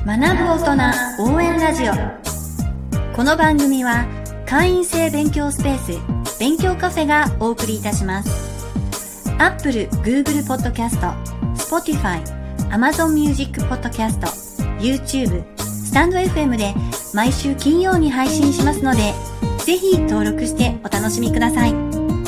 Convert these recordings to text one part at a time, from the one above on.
学ぶ大人応援ラジオ。この番組は会員制勉強スペース勉強カフェがお送りいたします。Apple、Google Podcast、Spotify、Amazon Music Podcast、YouTube、Stand FM で毎週金曜に配信しますので、ぜひ登録してお楽しみください。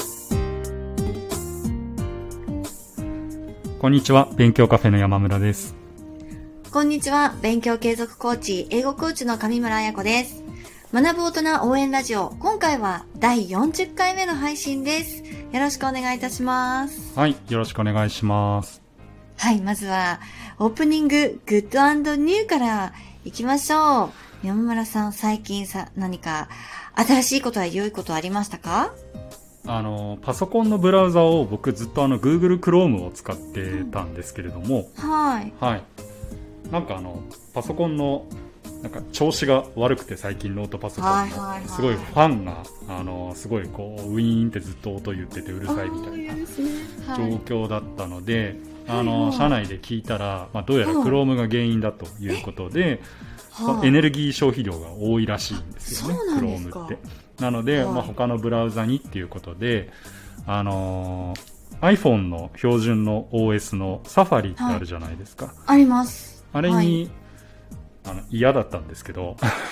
こんにちは、勉強カフェの山村です。 こんにちは、勉強継続コーチ、英語コーチの上村彩子です。学ぶ大人応援ラジオ、今回は第40回目の配信です。よろしくお願いいたします。 はい、よろしくお願いします。 はい、まずはオープニンググッド&ニューからいきましょう。山村さん、最近何か新しいことや良いことありましたか？ パソコンのブラウザを僕ずっとGoogle Chrome を使ってたんですけれども、 はい。 はい。なんかパソコンのなんか調子が悪くて、最近ノートパソコンのすごいファンがすごいこうウィーンってずっと音言っててうるさいみたいな状況だったので、社内で聞いたら、どうやら Chrome が原因だということで、エネルギー消費量が多いらしいんですよね、Chrome って。なので、他のブラウザにっていうことで、iPhone の標準の OS の Safari ってあるじゃないですか。 あります。 あれに、嫌だったんですけど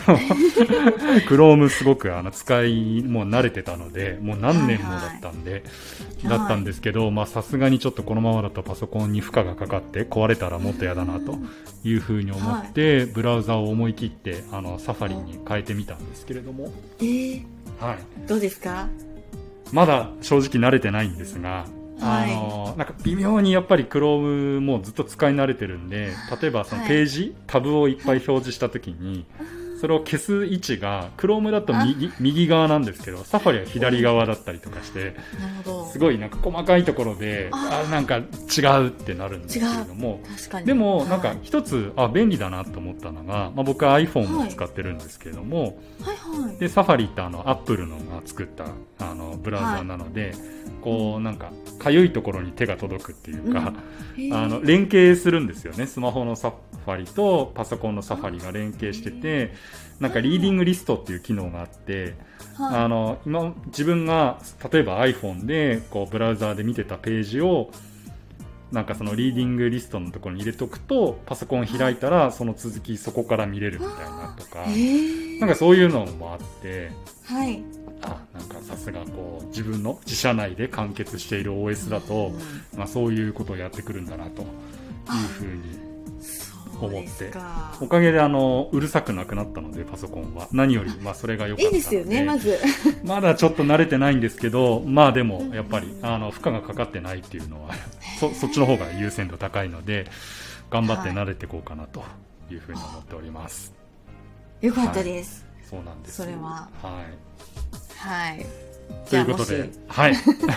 Chrome すごく使いもう慣れてたので、もう何年もだったんですけど、さすがにちょっとこのままだとパソコンに負荷がかかって壊れたらもっと嫌だなというふうに思って、ブラウザを思い切ってサファリに変えてみたんですけれども、はい、 どうですか？ まだ正直慣れてないんですが、なんか微妙にやっぱり Chrome もずっと使い慣れてるんで、例えばそのページ、タブをいっぱい表示したときに、それを消す位置が Chrome だと右側なんですけど、サファリは左側だったりとかして、すごいなんか細かいところでなんか違うってなるんですけれども、でもなんか一つ便利だなと思ったのが、僕は iPhone を使ってるんですけれども、でサファリってApple のが作ったブラウザなので、こうなんかかゆいところに手が届くっていうか、連携するんですよね。スマホのサファリとパソコンのサファリが連携してて、なんかリーディングリストっていう機能があって、今自分が例えば iPhone でこうブラウザーで見てたページをなんかそのリーディングリストのところに入れとくと、パソコン開いたらその続きそこから見れるみたいなとか、なんかそういうのもあって、なんかさすがこう自分の自社内で完結している OS だと、そういうことをやってくるんだなというふうに思って、おかげでうるさくなくなったので、パソコンは何よりそれが良かったので、いいですよね。まだちょっと慣れてないんですけど、でもやっぱり負荷がかかってないっていうのはそっちの方が優先度高いので、頑張って慣れていこうかなというふうに思っております。 よかったです。 そうなんです。 それははい。 ということで、はい。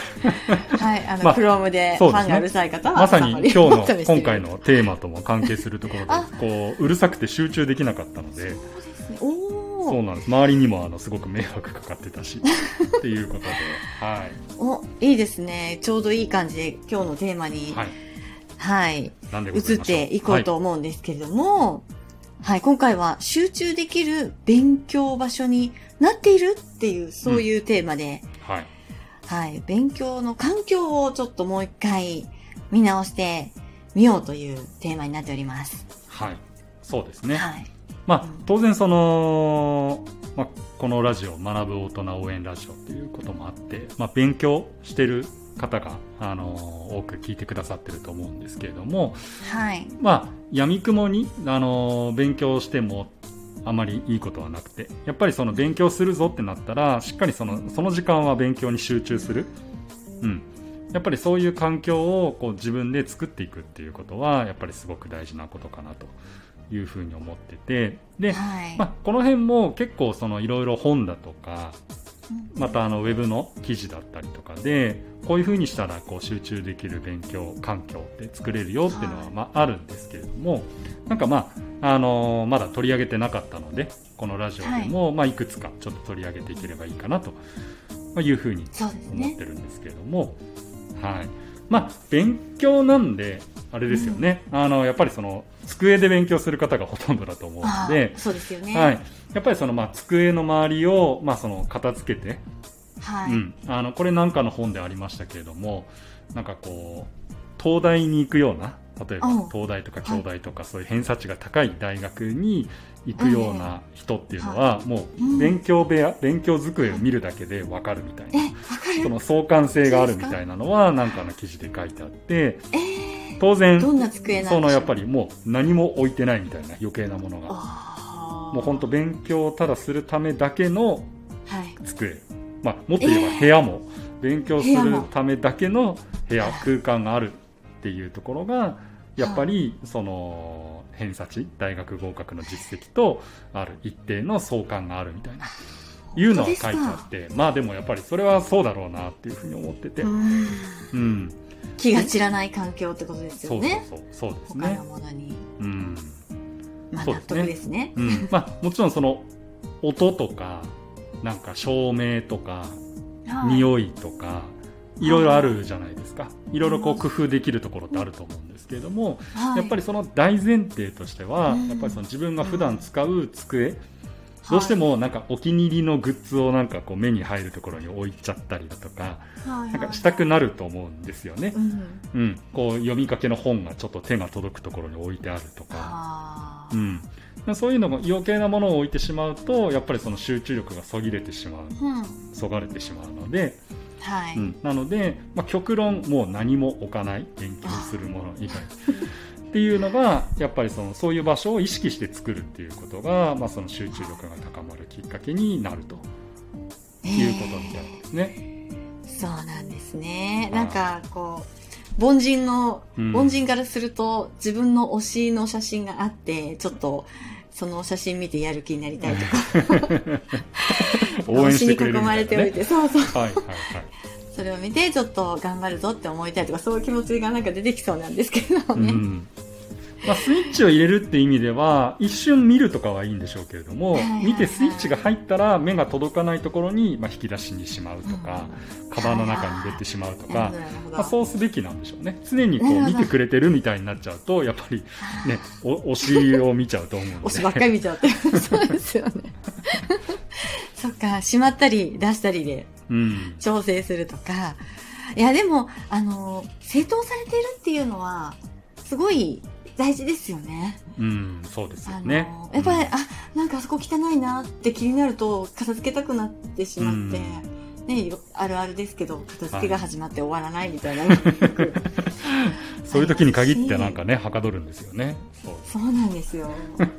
Chrome でファンがうるさい方は、 まさに今回のテーマとも関係するところで、こううるさくて集中できなかったので、そうなんです。周りにもすごく迷惑かかってたしっていうことで、 いいですね。ちょうどいい感じで今日のテーマに移っていこうと思うんですけれども、今回は集中できる勉強場所になっているっていう、そういうテーマで、勉強の環境をちょっともう一回見直してみようというテーマになっております。 はい、そうですね。当然このラジオ、学ぶ大人応援ラジオということもあって、勉強してる方が多く聞いてくださってると思うんですけれども、闇雲に勉強してもあまりいいことはなくて、やっぱりその勉強するぞってなったら、しっかりその時間は勉強に集中する、やっぱりそういう環境をこう自分で作っていくっていうことは、やっぱりすごく大事なことかなというふうに思ってて、で、この辺も結構いろいろ本だとか、またウェブの記事だったりとかで、こういう風にしたらこう集中できる勉強環境って作れるよっていうのはあるんですけれども、なんかまだ取り上げてなかったので、このラジオでもいくつかちょっと取り上げていければいいかなという風に思ってるんですけれども、勉強なんであれですよね、やっぱり使机で勉強する方がほとんどだと思うので、 そうですよね。 はい。やっぱりその机の周りをその片付けて、 はい。 これなんかの本でありましたけれども、なんかこう東大に行くような、例えば東大とか京大とかそういう偏差値が高い大学に行くような人っていうのは、もう勉強机を見るだけで分かるみたいな、その相関性があるみたいなのはなんかの記事で書いてあって、当然どんな机なんでしょう。 そのやっぱりもう何も置いてないみたいな余計なものが、もう本当勉強をただするためだけの机、もっと言えば部屋も勉強するためだけの部屋、空間があるっていうところがやっぱりその偏差値、大学合格の実績とある一定の相関があるみたいないうのは書いてあって、でもやっぱりそれはそうだろうなっていうふうに思ってて、 気が散らない環境ってことですよね。 そうですね。 他のものに、 納得ですね。 もちろんその音とかなんか照明とか匂いとかいろいろあるじゃないですか。いろいろこう工夫できるところってあると思うんですけれども、やっぱりその大前提としては、やっぱりその自分が普段使う机、どうしてもなんかお気に入りのグッズをなんかこう目に入るところに置いちゃったりだとか、なんかしたくなると思うんですよね。こう読みかけの本がちょっと手が届くところに置いてあるとか、そういうのが余計なものを置いてしまうと、やっぱりその集中力がそぎれてしまう、そがれてしまうので、なので、極論もう何も置かない、勉強するもの以外っていうのがやっぱりそういう場所を意識して作るっていうことが、その集中力が高まるきっかけになるということみたいですね。 そうなんですね。なんかこう凡人からすると自分の推しの写真があって、ちょっとその写真見てやる気になりたいとか応援してくれるみたいなね、 推しに囲まれておいて、それを見てちょっと頑張るぞって思いたいとか、そういう気持ちがなんか出てきそうなんですけどね。 スイッチを入れるって意味では一瞬見るとかはいいんでしょうけれども、見てスイッチが入ったら目が届かないところに引き出しにしまうとか、カバンの中に入れてしまうとか、そうすべきなんでしょうね。常にこう見てくれてるみたいになっちゃうと、やっぱりね、推しを見ちゃうと思うので、 推しばっかり見ちゃうってそうですよね。そっか、しまったり出したりで調整するとか、いやでも整頓されているっていうのはすごい大事ですよね。 そうですよね。 やっぱり、なんかあそこ汚いなって気になると片付けたくなってしまって、あるあるですけど、片付けが始まって終わらないみたいな、 そういう時に限ってなんかね、はかどるんですよね。 そうなんですよ。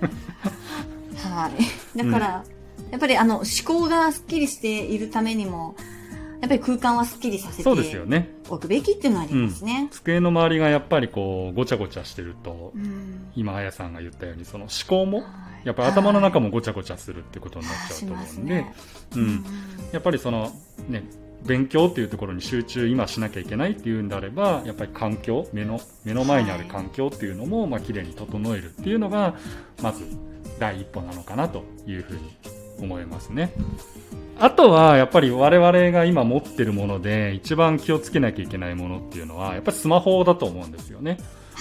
だから、やっぱり思考がスッキリしているためにも、やっぱり空間はスッキリさせておくべきっていうのはありますね。 机の周りがやっぱりこうごちゃごちゃしてると、今あやさんが言ったようにその思考もやっぱり頭の中もごちゃごちゃするってことになっちゃうと思うんで、やっぱりそのね、勉強っていうところに集中今しなきゃいけないっていうんであれば、やっぱり環境、目の前にある環境っていうのもきれいに整えるっていうのがまず第一歩なのかなというふうに思いますね。あとはやっぱり我々が今持ってるもので一番気をつけなきゃいけないものっていうのはやっぱりスマホだと思うんですよね。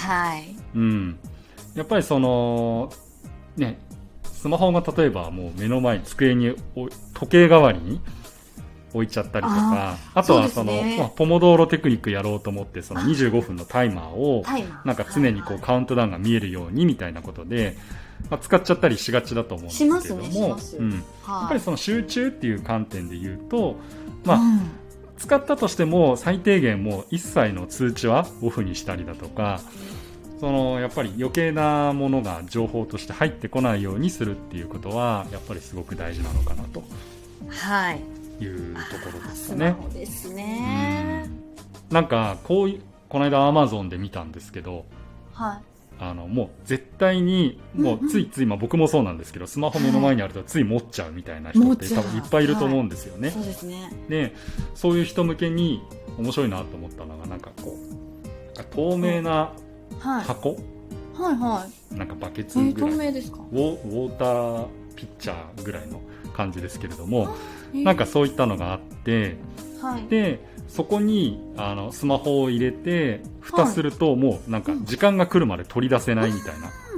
やっぱりそのね、スマホが例えばもう目の前に机に時計代わりに置いちゃったりとか、あとはそのポモドーロテクニックやろうと思ってその25分のタイマーをなんか常にこうカウントダウンが見えるようにみたいなことで使っちゃったりしがちだと思うんですけれども、やっぱりその集中っていう観点で言うと、使ったとしても最低限もう一切の通知はオフにしたりだとか、そのやっぱり余計なものが情報として入ってこないようにするっていうことはやっぱりすごく大事なのかなというところですかね。 そうですね。 なんかこの間 Amazon で見たんですけど、もう絶対にもうついつい、僕もそうなんですけど、スマホ目の前にあるとつい持っちゃうみたいな人って多分いっぱいいると思うんですよね。 そうですね。 で、そういう人向けに面白いなと思ったのが、なんかこう透明な箱、なんかバケツぐらい、ウォーターピッチャーぐらいの感じですけれども、なんかそういったのがあって、でそこにスマホを入れて蓋すると、もうなんか時間が来るまで取り出せないみたいな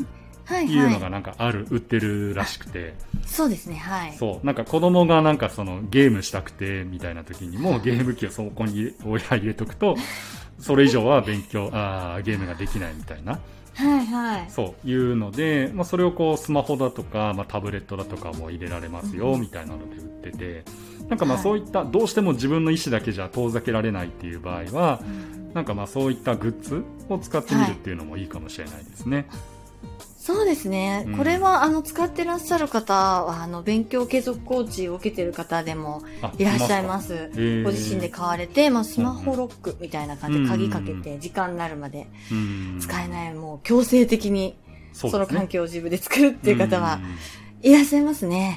いうのがなんか売ってるらしくて。 そうですね、はい。 そう。なんか子供がなんかそのゲームしたくてみたいな時にもゲーム機をそこに親入れとくと、それ以上はゲームができないみたいな。 はいはい。 そういうので、それをこうスマホだとか、タブレットだとかも入れられますよみたいなので売ってて、なんかそういったどうしても自分の意思だけじゃ遠ざけられないっていう場合は、なんかそういったグッズを使ってみるっていうのもいいかもしれないですね。 そうですね。これは使ってらっしゃる方は勉強継続コーチを受けてる方でもいらっしゃいます。ご自身で買われて、スマホロックみたいな感じで鍵かけて時間になるまで使えない、もう強制的にその環境を自分で作るっていう方はいらっしゃいますね。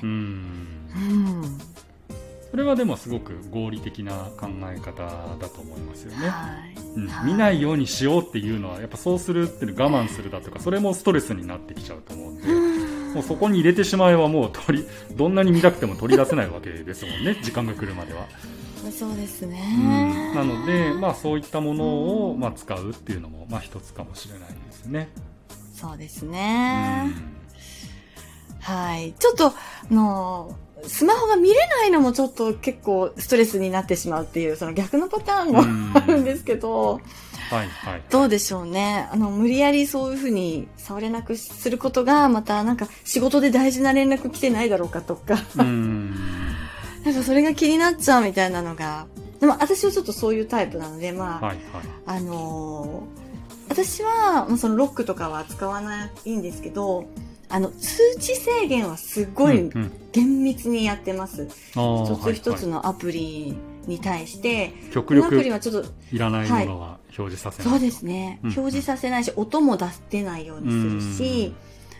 それはでもすごく合理的な考え方だと思いますよね。見ないようにしようっていうのはやっぱそうするっていう我慢するだとか、それもストレスになってきちゃうと思うんで、もうそこに入れてしまえばもうどんなに見たくても取り出せないわけですもんね。時間が来るまでは。 そうですね。 なので、そういったものを使うっていうのも一つかもしれないですね。 そうですね。はい。ちょっとスマホが見れないのもちょっと結構ストレスになってしまうっていう、その逆のパターンもあるんですけど、どうでしょうね。無理やりそういうふうに触れなくすることが、またなんか仕事で大事な連絡来てないだろうかとか、なんかそれが気になっちゃうみたいなのが、でも私はちょっとそういうタイプなので、私はそのロックとかは使わないんですけど、通知制限はすごい厳密にやってます。一つ一つのアプリに対して、 極力いらないものは表示させない。 そうですね。表示させないし、音も出ないようにするし、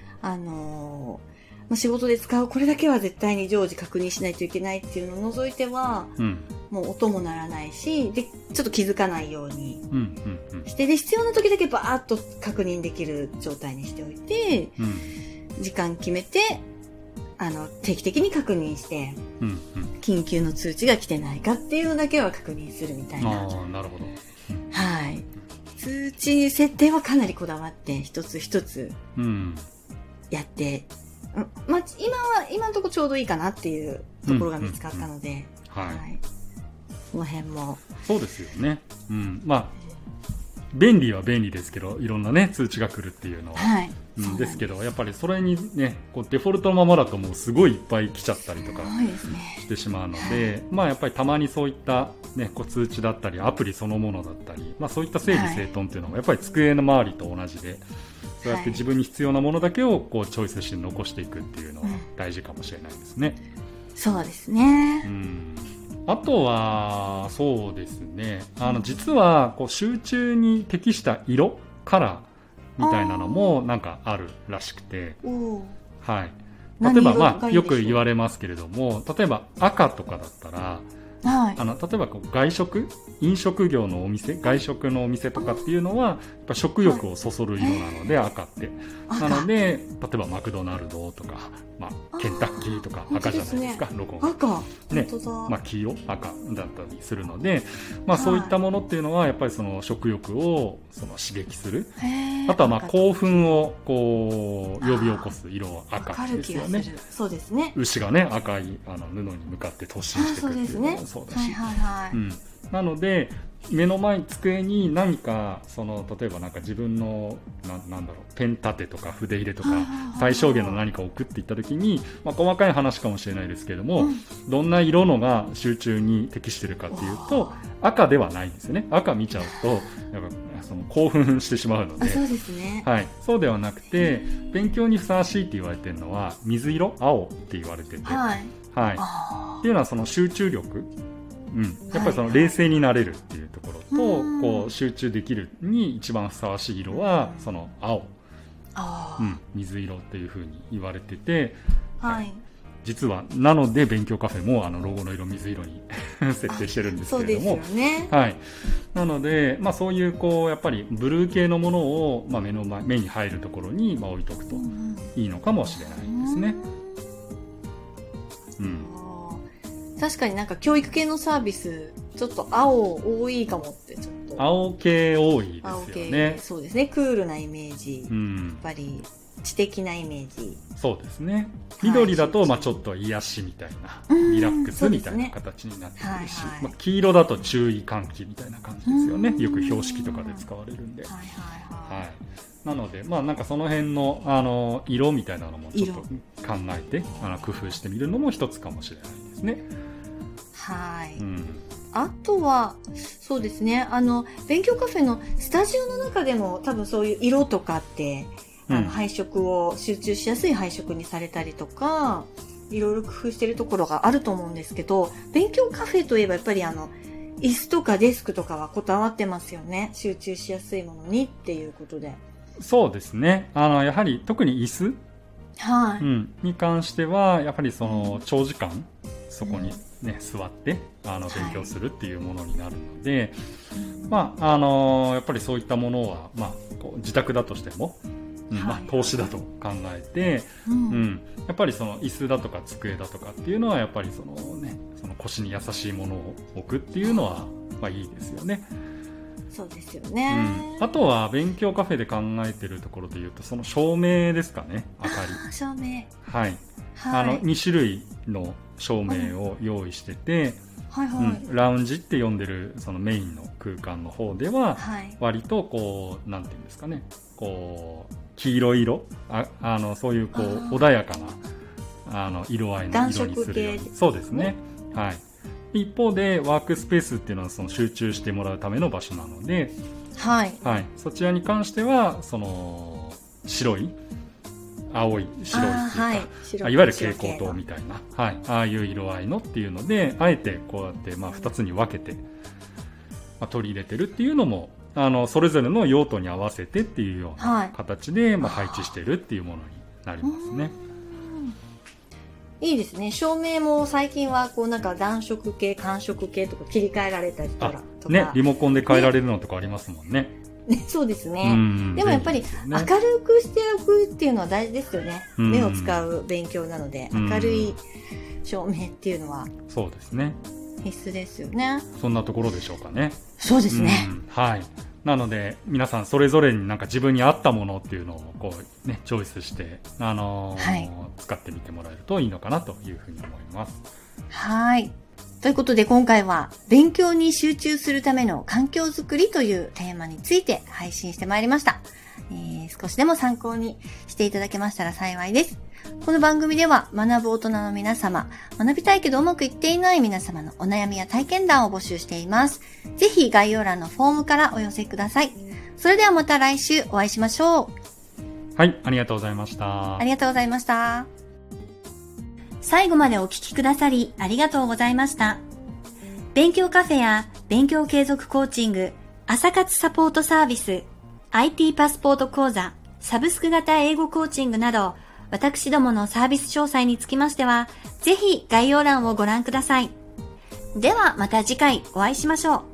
仕事で使うこれだけは絶対に常時確認しないといけないっていうのを除いては、もう音も鳴らないし、で、ちょっと気づかないようにして、で、必要な時だけバーッと確認できる状態にしておいて、時間決めて定期的に確認して、緊急の通知が来てないかっていうのだけは確認するみたいな。 なるほど。 はい。通知設定はかなりこだわって一つ一つやって、今のところちょうどいいかなっていうところが見つかったので、その辺もそうですよね。便利は便利ですけど、いろんなね通知が来るっていうのは、ですけど、やっぱりそれにねデフォルトのままだともうすごいいっぱい来ちゃったりとかしてしまうので、やっぱりたまにそういったね通知だったりアプリそのものだったり、そういった整理整頓っていうのもやっぱり机の周りと同じで、そうやって自分に必要なものだけをチョイスして残していくっていうのは大事かもしれないですね。 そうですね。 あとはそうですね、実は集中に適した色カラーみたいなのもなんかあるらしくて、例えばよく言われますけれども、例えば赤とかだったら、例えば飲食業のお店、外食のお店とかっていうのはやっぱ食欲をそそる色なので、赤ってなので、例えばマクドナルドとか、ケンタッキーとか赤じゃないですか、ロゴが赤ね、黄色赤だったりするので、そういったものっていうのはやっぱりその食欲を刺激する、あとは興奮を呼び起こす色は赤ですよね。 そうですね。 牛がね赤い布に向かって突進してくるっていうのもそうだし、なので目の前机に何か例えばなんか自分のペン立てとか筆入れとか最小限の何かを置くっていった時に、細かい話かもしれないですけれども、どんな色のが集中に適しているかっていうと赤ではないんですよね。赤見ちゃうとやっぱ興奮してしまうので、 そうですね。 そうではなくて、勉強にふさわしいって言われてるのは水色、青って言われてて、っていうのはその集中力、やっぱり冷静になれるっていうところと、集中できるに一番ふさわしい色はその青、水色っていう風に言われてて、実はなので勉強カフェもロゴの色水色に設定してるんですけれども、 そうですよね。 なので、そういうやっぱりブルー系のものを、目に入るところに置いとくといいのかもしれないですね。 確かになんか教育系のサービスちょっと青多いかもってちょっ青系多いですよね。 そうですね。クールなイメージ。やっぱり知的なイメージ。 そうですね。緑だと、ちょっと癒しみたいな、リラックスみたいな形になってくるし、黄色だと注意喚起みたいな感じですよね。よく標識とかで使われるんで。なので、なんかその辺の、色みたいなのもちょっと考えて、工夫してみるのも一つかもしれないですね。 はい。あとは、そうですね、勉強カフェのスタジオの中でも多分そういう色とかって、配色を集中しやすい配色にされたりとか、いろいろ工夫しているところがあると思うんですけど、勉強カフェといえばやっぱり椅子とかデスクとかはこだわってますよね。集中しやすいものにっていうことで。 そうですね。やはり特に椅子、に関しては、やっぱりその長時間そこにね、座って勉強するっていうものになるので、やっぱりそういったものは、こう自宅だとしても、投資だと考えて、やっぱりその椅子だとか机だとかっていうのはやっぱりその腰に優しいものを置くっていうのは、いいですよね。 そうですよね、 あとは勉強カフェで考えてるところでいうと、その照明ですかね。明かり、 照明、 2種類の照明を用意してて、ラウンジって呼んでるそのメインの空間の方では、割とこうなんていうんですかね、こう黄色い色、そういうこう穏やかな色合いの色にするように。そうですね。一方でワークスペースっていうのはその集中してもらうための場所なので、そちらに関してはその白い、青い、白いっていうか、いわゆる蛍光灯みたいな、ああいう色合いのっていうので、あえてこうやって2つに分けて、取り入れてるっていうのも、それぞれの用途に合わせてっていうような形で、配置してるっていうものになりますね。 いいですね。照明も最近はこうなんか暖色系、寒色系とか切り替えられたりとか。 リモコンで変えられるのとかありますもんね。 そうですね。でもやっぱり明るくしておくっていうのは大事ですよね。目を使う勉強なので、明るい照明っていうのは。そうですね。必須ですよね。 そんなところでしょうかね。 そうですね。 なので皆さんそれぞれになんか自分に合ったものっていうのをこうね、チョイスして、使ってみてもらえるといいのかなというふうに思います。 ということで今回は勉強に集中するための環境づくりというテーマについて配信してまいりました。少しでも参考にしていただけましたら幸いです。この番組では学ぶ大人の皆様、学びたいけどうまくいっていない皆様のお悩みや体験談を募集しています。ぜひ概要欄のフォームからお寄せください。それではまた来週お会いしましょう。 ありがとうございました。 ありがとうございました。最後までお聞きくださりありがとうございました。勉強カフェや勉強継続コーチング、朝活サポートサービス、IT パスポート講座、サブスク型英語コーチングなど、私どものサービス詳細につきましては、ぜひ概要欄をご覧ください。ではまた次回お会いしましょう。